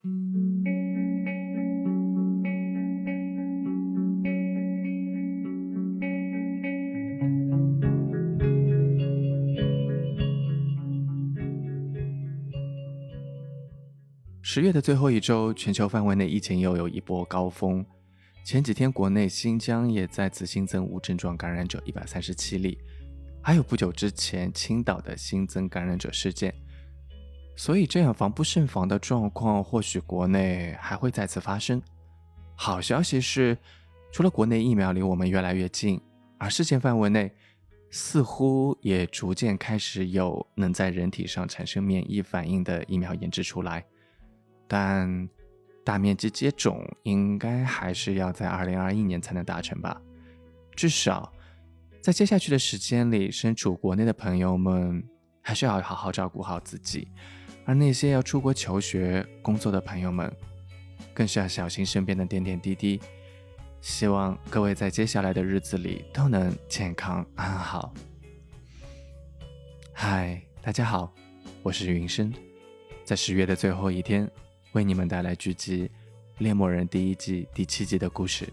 10月的最后一周，全球范围内疫情又有一波高峰。前几天国内新疆也再次新增无症状感染者137例，还有不久之前青岛的新增感染者事件。所以这样防不胜防的状况或许国内还会再次发生。好消息是，除了国内疫苗离我们越来越近，而世界范围内似乎也逐渐开始有能在人体上产生免疫反应的疫苗研制出来。但大面积接种应该还是要在2021年才能达成吧。至少在接下去的时间里，身处国内的朋友们还是要好好照顾好自己，而那些要出国求学工作的朋友们更是要小心身边的点点滴滴。希望各位在接下来的日子里都能健康安好。嗨，大家好，我是云生，在10月的最后一天为你们带来剧集《猎魔人》第1季第7集的故事。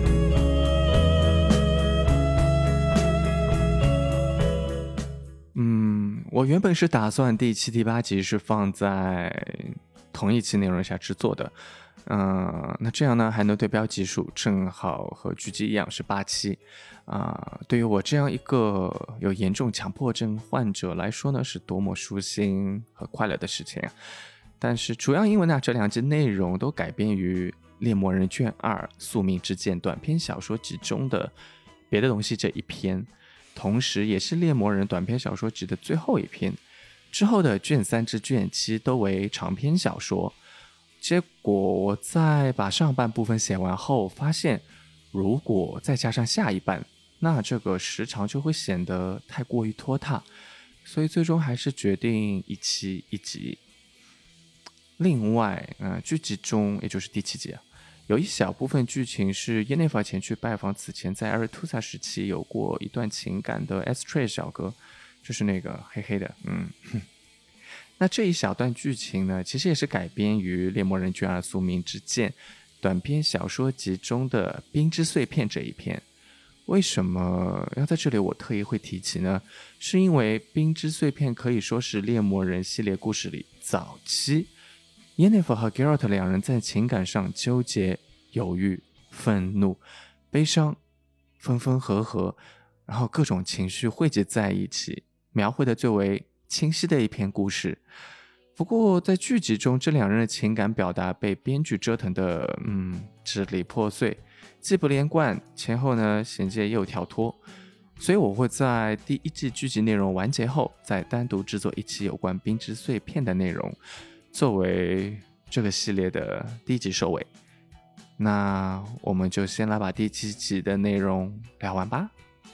我原本是打算第7、第8集是放在同一期内容下制作的，那这样呢还能对标集数，正好和剧集一样是8期。对于我这样一个有严重强迫症患者来说呢，是多么舒心和快乐的事情啊！但是主要因为呢，这2集内容都改编于《猎魔人卷2宿命之剑》短篇小说集中的别的东西这一篇，同时也是《猎魔人》短篇小说集的最后一篇。之后的卷3至卷7都为长篇小说。结果我在把上半部分写完后发现，如果再加上下一半，那这个时长就会显得太过于拖沓，所以最终还是决定1期1集。另外，剧集中也就是第7集有一小部分剧情是耶内法前去拜访此前在阿尔图萨时期有过一段情感的 Estray 小哥，就是那个黑黑的。那这一小段剧情呢，其实也是改编于《猎魔人卷2宿命之剑》短篇小说集中的冰之碎片这一篇。为什么要在这里我特意会提起呢？是因为冰之碎片可以说是猎魔人系列故事里早期耶内弗和 Geralt 两人在情感上纠结、犹豫、愤怒、悲伤、分分合合，然后各种情绪汇集在一起，描绘的最为清晰的一篇故事。不过在剧集中，这2人的情感表达被编剧折腾的支离破碎，既不连贯，前后呢衔接又跳脱。所以我会在第1季剧集内容完结后，再单独制作1期有关冰之碎片的内容，作为这个系列的第1集收尾。那我们就先来把第7集的内容聊完吧。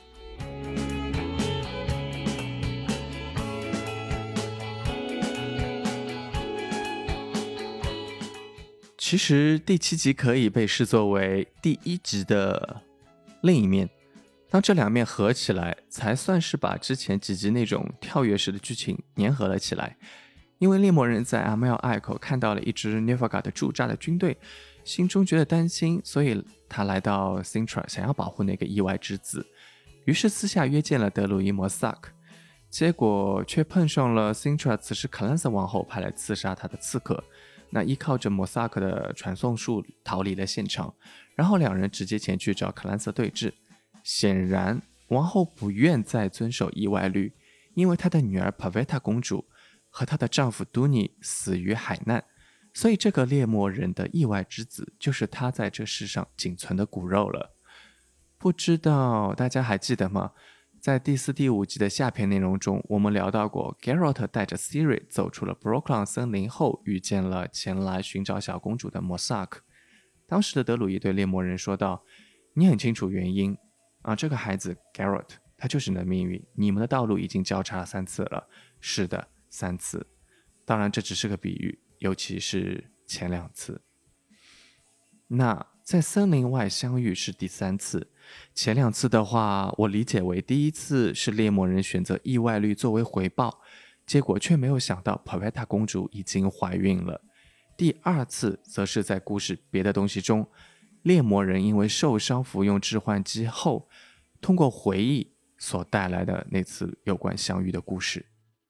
其实第7集可以被视作为第1集的另一面，当这2面合起来，才算是把之前几集那种跳跃式的剧情粘合了起来。因为猎魔人在阿梅尔隘口看到了一支 Nilfgaard 的驻扎的军队，心中觉得担心，所以他来到 Sintra 想要保护那个意外之子，于是私下约见了德鲁伊摩萨克，结果却碰上了 Sintra 此时卡兰瑟王后派来刺杀他的刺客。那依靠着摩萨克的传送术逃离了现场，然后2人直接前去找卡兰瑟对峙。显然王后不愿再遵守意外律，因为她的女儿 Pavetta 公主和她的丈夫 Duny 死于海难，所以这个猎魔人的意外之子就是她在这世上仅存的骨肉了。不知道大家还记得吗？在第4、第5集的下篇内容中，我们聊到过 Geralt 带着 Ciri 走出了 Brokilon 森林后，遇见了前来寻找小公主的摩萨克。当时的德鲁伊对猎魔人说道，你很清楚原因这个孩子 Geralt 他就是你的命运，你们的道路已经交叉了3次了。是的，3次，当然这只是个比喻，尤其是前2次。那在森林外相遇是第3次，前2次的话，我理解为第1次是猎魔人选择意外律作为回报，结果却没有想到 Pavetta 公主已经怀孕了。 第二次则是在故事别的东西中，猎魔人因为受伤服用致幻剂后，通过回忆所带来的那次有关相遇的故事。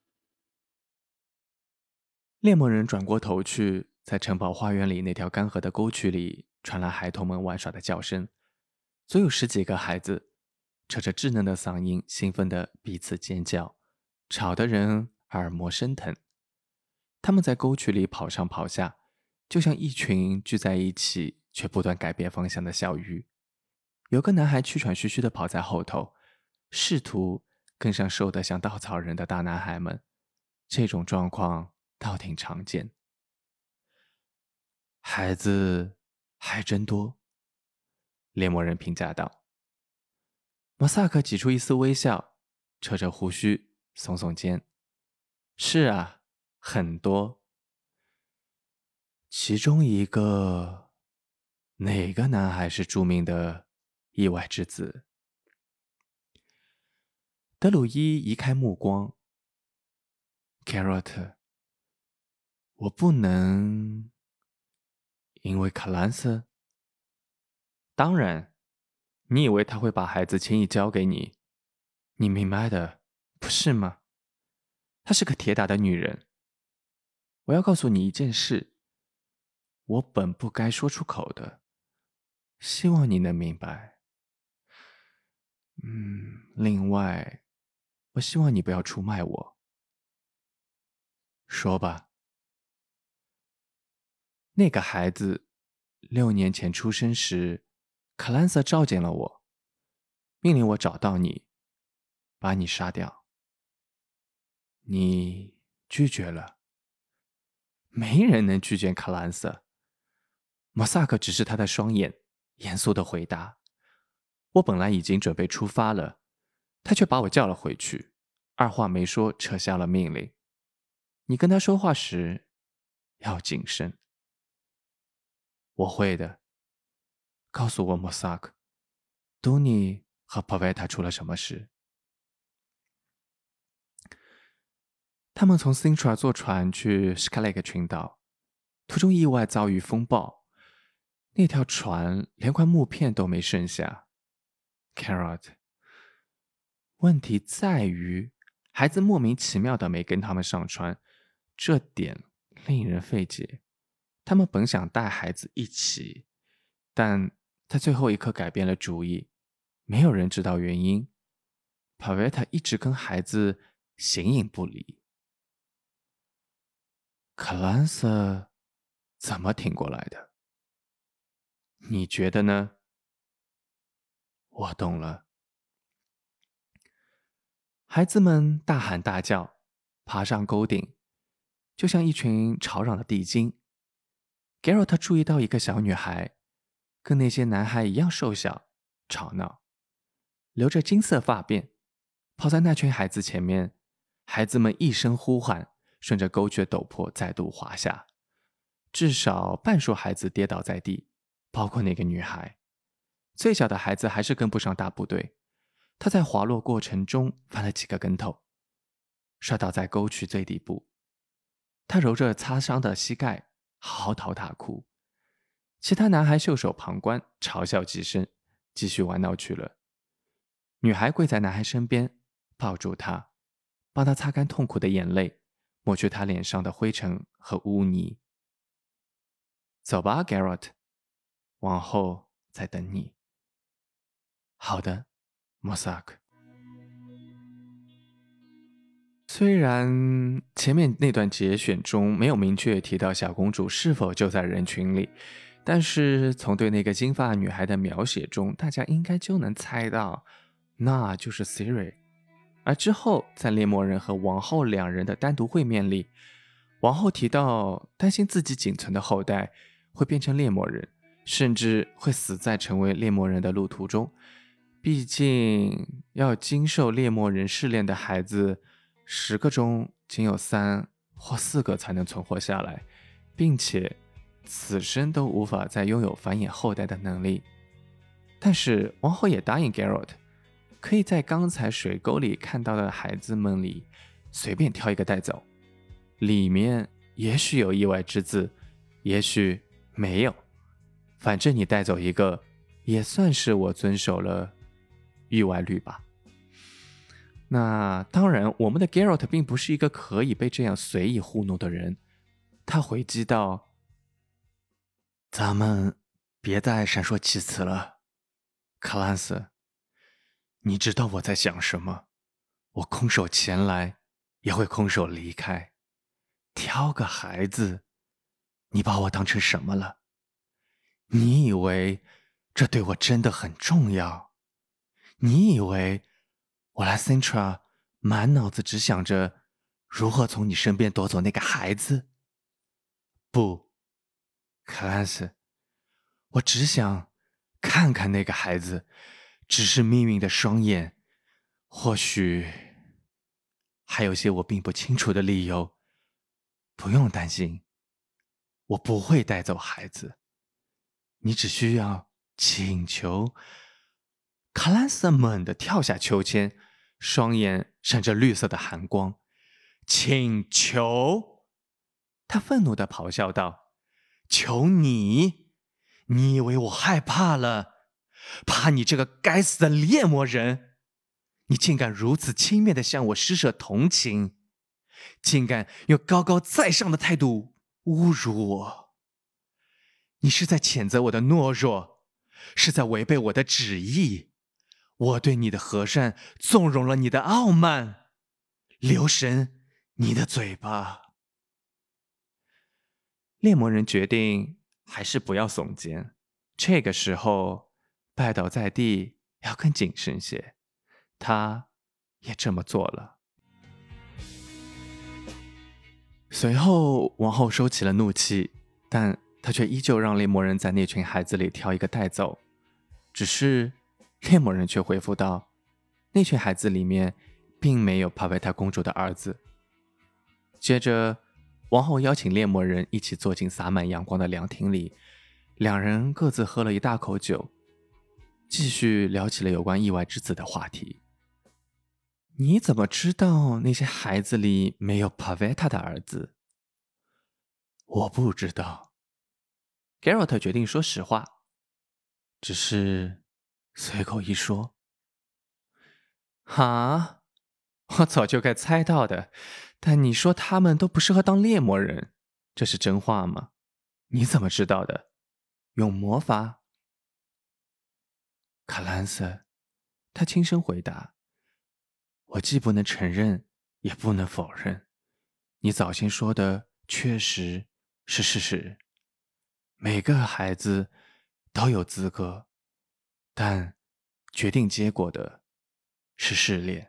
猎魔人转过头去，在城堡花园里那条干涸的沟渠里传来孩童们玩耍的叫声，足有10几个孩子扯着稚嫩的嗓音，兴奋地彼此尖叫，吵得人耳膜生疼。他们在沟渠里跑上跑下，就像一群聚在一起却不断改变方向的小鱼。有个男孩气喘吁吁地跑在后头，试图跟上瘦得像稻草人的大男孩们。这种状况倒挺常见。孩子还真多，猎魔人评价道。马萨克挤出一丝微笑，扯着胡须，耸耸肩。是啊，很多。其中一个，哪个男孩是著名的意外之子？德鲁伊移开目光。Carrot， 我不能，因为卡兰斯？当然，你以为他会把孩子轻易交给你？你明白的，不是吗？她是个铁打的女人。我要告诉你一件事，我本不该说出口的，希望你能明白。另外，我希望你不要出卖我。说吧。那个孩子6年前出生时，卡兰瑟召见了我，命令我找到你，把你杀掉。你拒绝了。没人能拒绝卡兰瑟。马萨克直视他的双眼，严肃地回答。我本来已经准备出发了，他却把我叫了回去，二话没说撤下了命令。你跟他说话时要谨慎。我会的。告诉我，莫萨克，杜尼和帕维塔出了什么事？他们从 Sintra 坐船去 Skellig 群岛，途中意外遭遇风暴，那条船连块木片都没剩下。Carrot， 问题在于孩子莫名其妙的没跟他们上船，这点令人费解。他们本想带孩子一起，但在最后一刻改变了主意，没有人知道原因。帕维塔一直跟孩子形影不离。克兰瑟怎么挺过来的？你觉得呢？我懂了。孩子们大喊大叫，爬上沟顶，就像一群吵嚷的地精。Garrett 注意到一个小女孩，跟那些男孩一样瘦小、吵闹，留着金色发辫，跑在那群孩子前面。孩子们一声呼喊，顺着沟渠陡坡再度滑下，至少半数孩子跌倒在地，包括那个女孩。最小的孩子还是跟不上大部队，他在滑落过程中翻了几个跟头，摔倒在沟渠最底部。他揉着擦伤的膝盖，嚎啕大哭。其他男孩袖手旁观，嘲笑几声，继续玩闹去了。女孩跪在男孩身边，抱住他，帮他擦干痛苦的眼泪，抹去他脸上的灰尘和污泥。走吧 Garrett， 往后在等你。好的，莫萨克。虽然前面那段节选中没有明确提到小公主是否就在人群里，但是从对那个金发女孩的描写中，大家应该就能猜到，那就是 Siri。而之后在猎魔人和王后两人的单独会面里，王后提到担心自己仅存的后代会变成猎魔人，甚至会死在成为猎魔人的路途中。毕竟要经受猎魔人试炼的孩子10个中仅有3或4个才能存活下来，并且此生都无法再拥有繁衍后代的能力。但是王后也答应 Garrett， 可以在刚才水沟里看到的孩子们里随便挑一个带走，里面也许有意外之子， 也许没有，反正你带走一个，也算是我遵守了意外率吧。那当然，我们的 Geralt 并不是一个可以被这样随意糊弄的人。他回击道：咱们别再闪烁其词了，卡兰斯，你知道我在想什么？我空手前来，也会空手离开。挑个孩子，你把我当成什么了？你以为这对我真的很重要？你以为我来 Centra 满脑子只想着如何从你身边夺走那个孩子？不，克兰斯，我只想看看那个孩子，只是命运的双眼，或许还有些我并不清楚的理由。不用担心，我不会带走孩子，你只需要请求。卡兰斯猛地跳下秋千，双眼闪着绿色的寒光。请求！他愤怒地咆哮道：求你！你以为我害怕了？怕你这个该死的猎魔人！你竟敢如此轻蔑地向我施舍同情，竟敢用高高在上的态度侮辱我！你是在谴责我的懦弱，是在违背我的旨意。我对你的和善纵容了你的傲慢，留神你的嘴巴。猎魔人决定还是不要耸肩，这个时候拜倒在地要更谨慎些。他也这么做了。随后王后收起了怒气，但她却依旧让猎魔人在那群孩子里挑一个带走。只是猎魔人却回复道，那群孩子里面并没有帕维塔公主的儿子。接着王后邀请猎魔人一起坐进洒满阳光的凉亭里，两人各自喝了一大口酒，继续聊起了有关意外之子的话题。你怎么知道那些孩子里没有帕维塔的儿子？我不知道。Geralt 决定说实话，只是随口一说。哈，我早就该猜到的，但你说他们都不适合当猎魔人，这是真话吗？你怎么知道的？用魔法？卡兰瑟，他轻声回答，我既不能承认，也不能否认。你早先说的确实是事实，每个孩子都有资格，但决定结果的是试炼。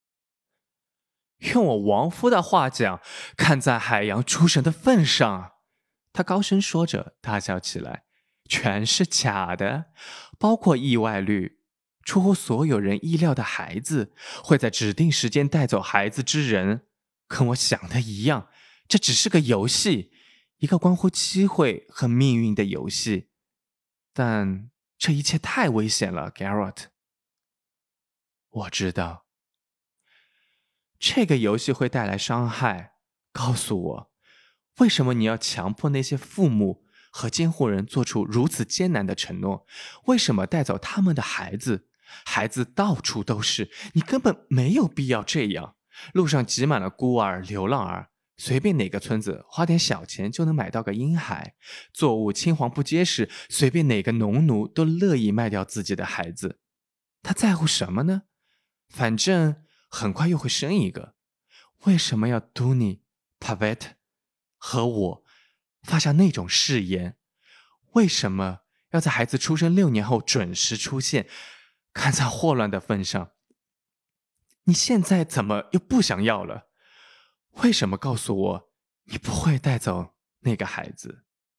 用我亡夫的话讲，看在海洋诸神的份上，他高声说着，大笑起来，全是假的，包括意外率。出乎所有人意料的孩子会在指定时间带走孩子之人，跟我想的一样，这只是个游戏，一个关乎机会和命运的游戏。但这一切太危险了 Geralt。 我知道这个游戏会带来伤害，告诉我，为什么你要强迫那些父母和监护人做出如此艰难的承诺？为什么带走他们的孩子？孩子到处都是，你根本没有必要这样。路上挤满了孤儿、流浪儿，随便哪个村子花点小钱就能买到个婴孩。作物青黄不接时，随便哪个农奴都乐意卖掉自己的孩子。他在乎什么呢？反正很快又会生一个。为什么要嘟你 Pavet 和我发下那种誓言？为什么要在孩子出生6年后准时出现？看在霍乱的份上，你现在怎么又不想要了？为什么告诉我你不会带走那个孩子？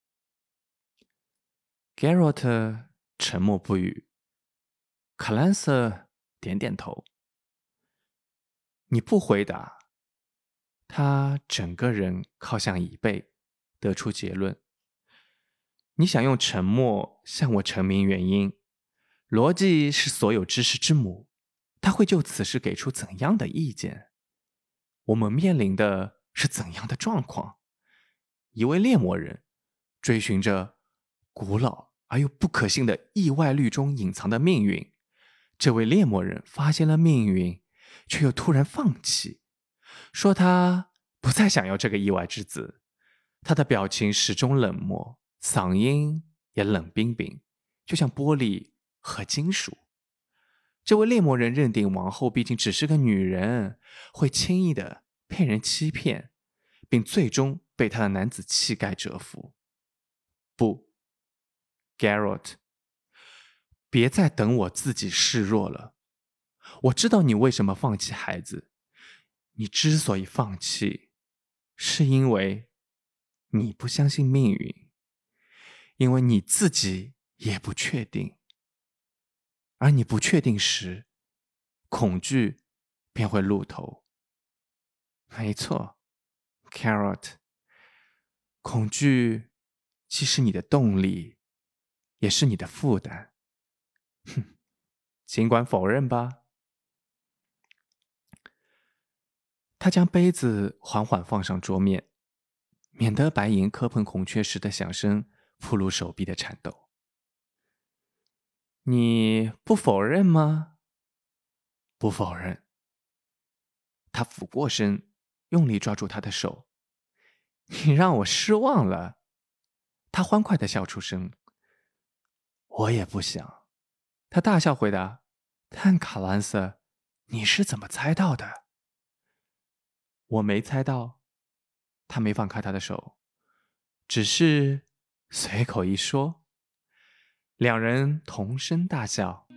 Geralt 沉默不语，卡兰瑟点点头。你不回答，他整个人靠向椅背，得出结论。你想用沉默向我陈明原因，逻辑是所有知识之母，他会就此事给出怎样的意见？我们面临的是怎样的状况？一位猎魔人追寻着古老而又不可信的意外律中隐藏的命运。这位猎魔人发现了命运，却又突然放弃，说他不再想要这个意外之子。他的表情始终冷漠，嗓音也冷冰冰，就像玻璃和金属。这位猎魔人认定王后毕竟只是个女人，会轻易的被人欺骗，并最终被他的男子气概折服。不 Geralt， 别再等我自己示弱了。我知道你为什么放弃孩子，你之所以放弃，是因为你不相信命运，因为你自己也不确定。而你不确定时，恐惧便会露头。没错 Geralt， 恐惧既是你的动力，也是你的负担。哼，尽管否认吧。他将杯子缓缓放上桌面，免得白银磕碰孔雀时的响声暴露手臂的颤抖。你不否认吗？不否认。他俯过身，用力抓住他的手。你让我失望了。他欢快地笑出声。我也不想。他大笑回答。但卡兰瑟，你是怎么猜到的？我没猜到。他没放开他的手，只是随口一说。两人同声大笑。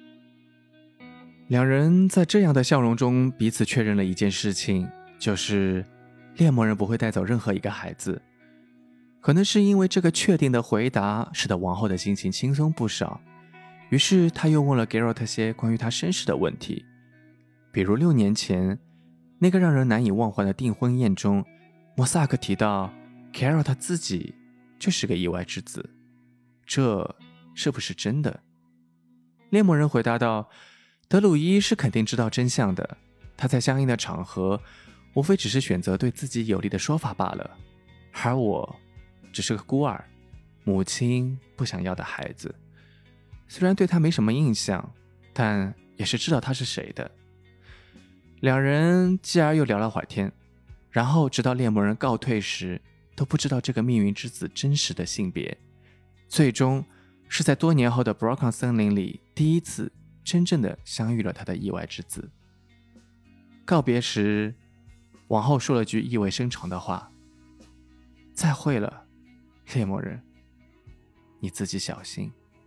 两人在这样的笑容中彼此确认了一件事情，就是猎魔人不会带走任何一个孩子。可能是因为这个确定的回答使得王后的心情轻松不少，于是他又问了 Geralt 些关于他身世的问题，比如6年前那个让人难以忘怀的订婚宴中，莫萨克提到 Geralt 自己就是个意外之子，这是不是真的？猎魔人回答道，德鲁伊是肯定知道真相的，他在相应的场合无非只是选择对自己有利的说法罢了，而我只是个孤儿，母亲不想要的孩子，虽然对他没什么印象，但也是知道他是谁的。两人继而又聊了会儿天，然后直到猎魔人告退时都不知道这个命运之子真实的性别，最终是在多年后的 Brocken 森林里第一次真正的相遇了他的意外之子。告别时，王后说了句意味深长的话，再会了，猎魔人，你自己小心。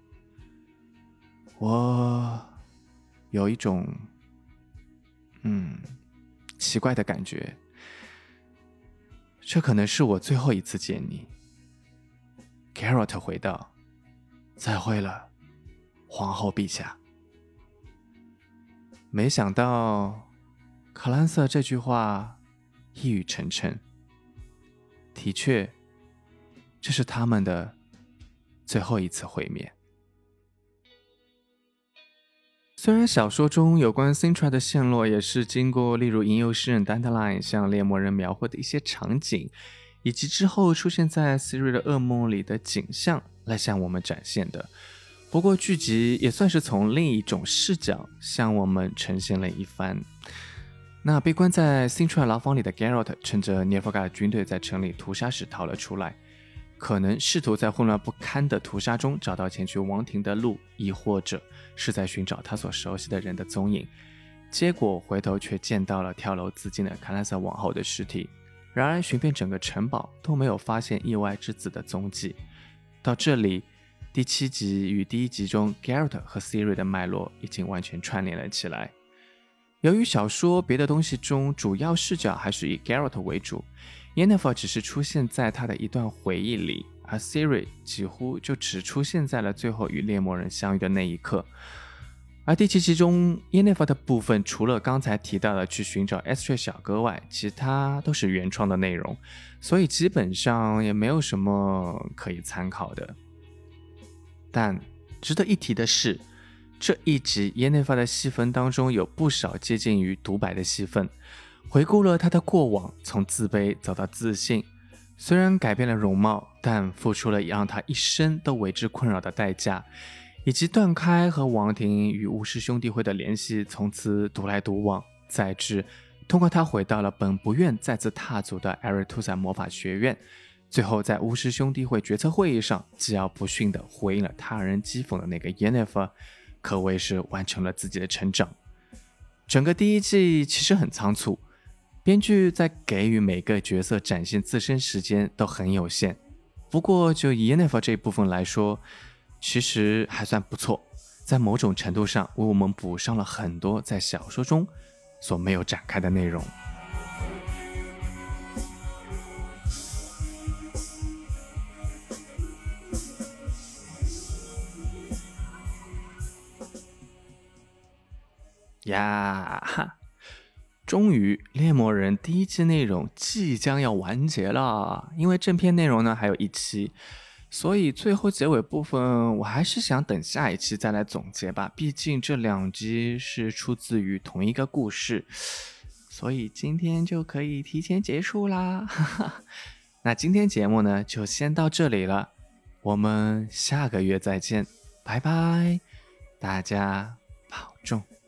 我有一种奇怪的感觉，这可能是我最后一次见你。 Geralt 回道，再会了，皇后陛下。没想到卡兰瑟这句话一语成谶，的确这是他们的最后一次会面。虽然小说中有关 Cintra 的线络也是经过例如吟游诗人 Dandelion 向猎魔人描绘的一些场景，以及之后出现在 Ciri 的噩梦里的景象来向我们展现的，不过剧集也算是从另一种视角向我们呈现了一番。那被关在 Cintra 牢房里的 Geralt 趁着 Nilfgaard 军队在城里屠杀时逃了出来，可能试图在混乱不堪的屠杀中找到前去王庭的路，亦或者是在寻找他所熟悉的人的踪影，结果回头却见到了跳楼自尽的卡兰瑟王后的尸体。然而寻遍整个城堡都没有发现意外之子的踪迹。到这里，第7集与第1集中 Geralt 和 Ciri 的脉络已经完全串联了起来。由于小说别的东西中主要视角还是以 Geralt 为主， Yennefer 只是出现在他的一段回忆里，而 Ciri 几乎就只出现在了最后与猎魔人相遇的那一刻。而第7集中 Yennefer 的部分除了刚才提到的去寻找 Estrid 小哥外，其他都是原创的内容，所以基本上也没有什么可以参考的。但值得一提的是，这一集 Yennefer 的戏份当中有不少接近于独白的戏份，回顾了他的过往，从自卑走到自信， 虽然改变了容貌，但付出了让他一生都为之困扰的代价，以及断开和王庭与巫师兄弟会的联系，从此独来独往，再至通过他回到了本不愿再次踏足的艾瑞图萨魔法学院，最后在巫师兄弟会决策会议上桀骜不驯地回应了他人讥讽的那个 Yennefer， 可谓是完成了自己的成长。整个第一季其实很仓促，编剧在给予每个角色展现自身时间都很有限，不过就以 Yennefer 这一部分来说，其实还算不错，在某种程度上为我们补上了很多在小说中所没有展开的内容。呀哈，终于猎魔人第一季内容即将要完结了，因为正片内容呢还有一期，所以最后结尾部分我还是想等下一期再来总结吧，毕竟这2集是出自于同一个故事，所以今天就可以提前结束啦。那今天节目呢就先到这里了，我们下个月再见，拜拜，大家保重。